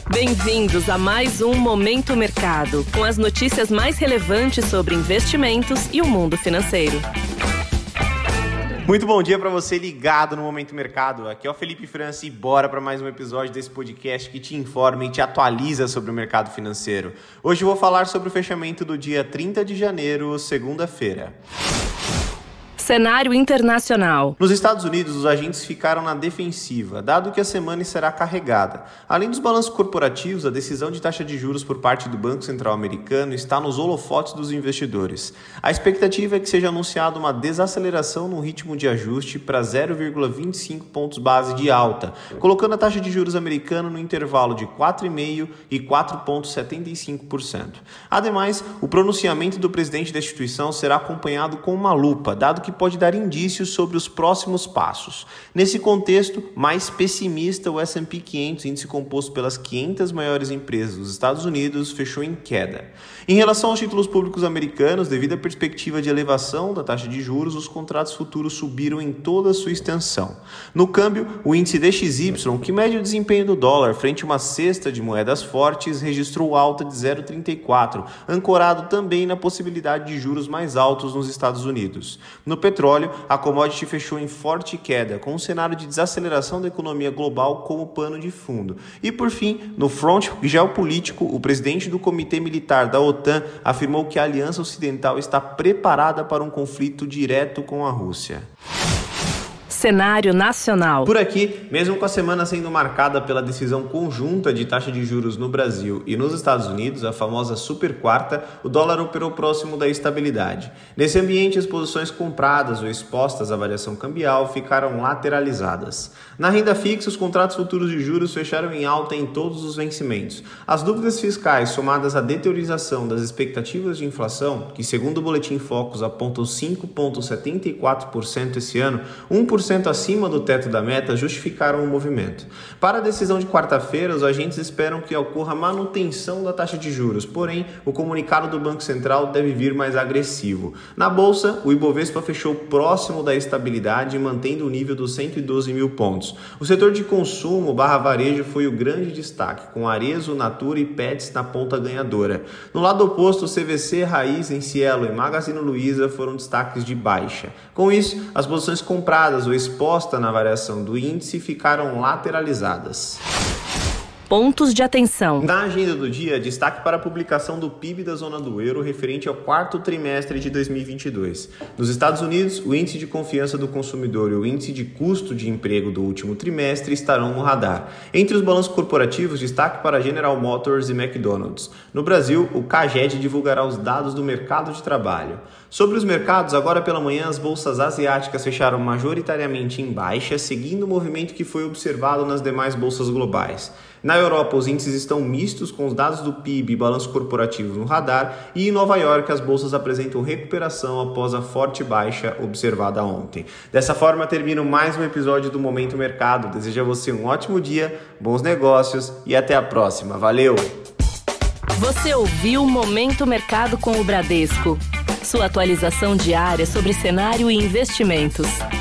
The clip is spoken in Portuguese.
Bem-vindos a mais um Momento Mercado, com as notícias mais relevantes sobre investimentos e o mundo financeiro. Muito bom dia para você ligado no Momento Mercado. Aqui é o Felipe França e bora para mais um episódio desse podcast que te informa e te atualiza sobre o mercado financeiro. Hoje eu vou falar sobre o fechamento do dia 30 de janeiro, segunda-feira. Cenário internacional. Nos Estados Unidos, os agentes ficaram na defensiva, dado que a semana será carregada. Além dos balanços corporativos, a decisão de taxa de juros por parte do Banco Central americano está nos holofotes dos investidores. A expectativa é que seja anunciada uma desaceleração no ritmo de ajuste para 0,25 pontos base de alta, colocando a taxa de juros americana no intervalo de 4,5% e 4,75%. Ademais, o pronunciamento do presidente da instituição será acompanhado com uma lupa, dado que pode dar indícios sobre os próximos passos. Nesse contexto, mais pessimista, o S&P 500, índice composto pelas 500 maiores empresas dos Estados Unidos, fechou em queda. Em relação aos títulos públicos americanos, devido à perspectiva de elevação da taxa de juros, os contratos futuros subiram em toda a sua extensão. No câmbio, o índice DXY, que mede o desempenho do dólar frente a uma cesta de moedas fortes, registrou alta de 0,34, ancorado também na possibilidade de juros mais altos nos Estados Unidos. No petróleo, a commodity fechou em forte queda, com um cenário de desaceleração da economia global como pano de fundo. E por fim, no front geopolítico, o presidente do Comitê Militar da OTAN afirmou que a Aliança Ocidental está preparada para um conflito direto com a Rússia. Cenário nacional. Por aqui, mesmo com a semana sendo marcada pela decisão conjunta de taxa de juros no Brasil e nos Estados Unidos, a famosa super quarta, o dólar operou próximo da estabilidade. Nesse ambiente, as posições compradas ou expostas à variação cambial ficaram lateralizadas. Na renda fixa, os contratos futuros de juros fecharam em alta em todos os vencimentos. As dúvidas fiscais, somadas à deteriorização das expectativas de inflação, que segundo o Boletim Focus apontam 5,74% esse ano, 1% acima do teto da meta, justificaram o movimento. Para a decisão de quarta-feira, os agentes esperam que ocorra manutenção da taxa de juros, porém, o comunicado do Banco Central deve vir mais agressivo. Na Bolsa, o Ibovespa fechou próximo da estabilidade, mantendo o nível dos 112 mil pontos. O setor de consumo /varejo foi o grande destaque, com Arezzo, Natura e Pets na ponta ganhadora. No lado oposto, CVC, Raízen, Cielo e Magazine Luiza foram destaques de baixa. Com isso, as posições compradas ou exposta na variação do índice ficaram lateralizadas. Pontos de atenção. Na agenda do dia, destaque para a publicação do PIB da zona do euro referente ao quarto trimestre de 2022. Nos Estados Unidos, o índice de confiança do consumidor e o índice de custo de emprego do último trimestre estarão no radar. Entre os balanços corporativos, destaque para General Motors e McDonald's. No Brasil, o CAGED divulgará os dados do mercado de trabalho. Sobre os mercados, agora pela manhã, as bolsas asiáticas fecharam majoritariamente em baixa, seguindo o movimento que foi observado nas demais bolsas globais. Na Europa, os índices estão mistos, com os dados do PIB e balanço corporativo no radar, e em Nova York as bolsas apresentam recuperação após a forte baixa observada ontem. Dessa forma, termino mais um episódio do Momento Mercado. Desejo a você um ótimo dia, bons negócios e até a próxima. Valeu! Você ouviu Momento Mercado com o Bradesco. Sua atualização diária sobre cenário e investimentos.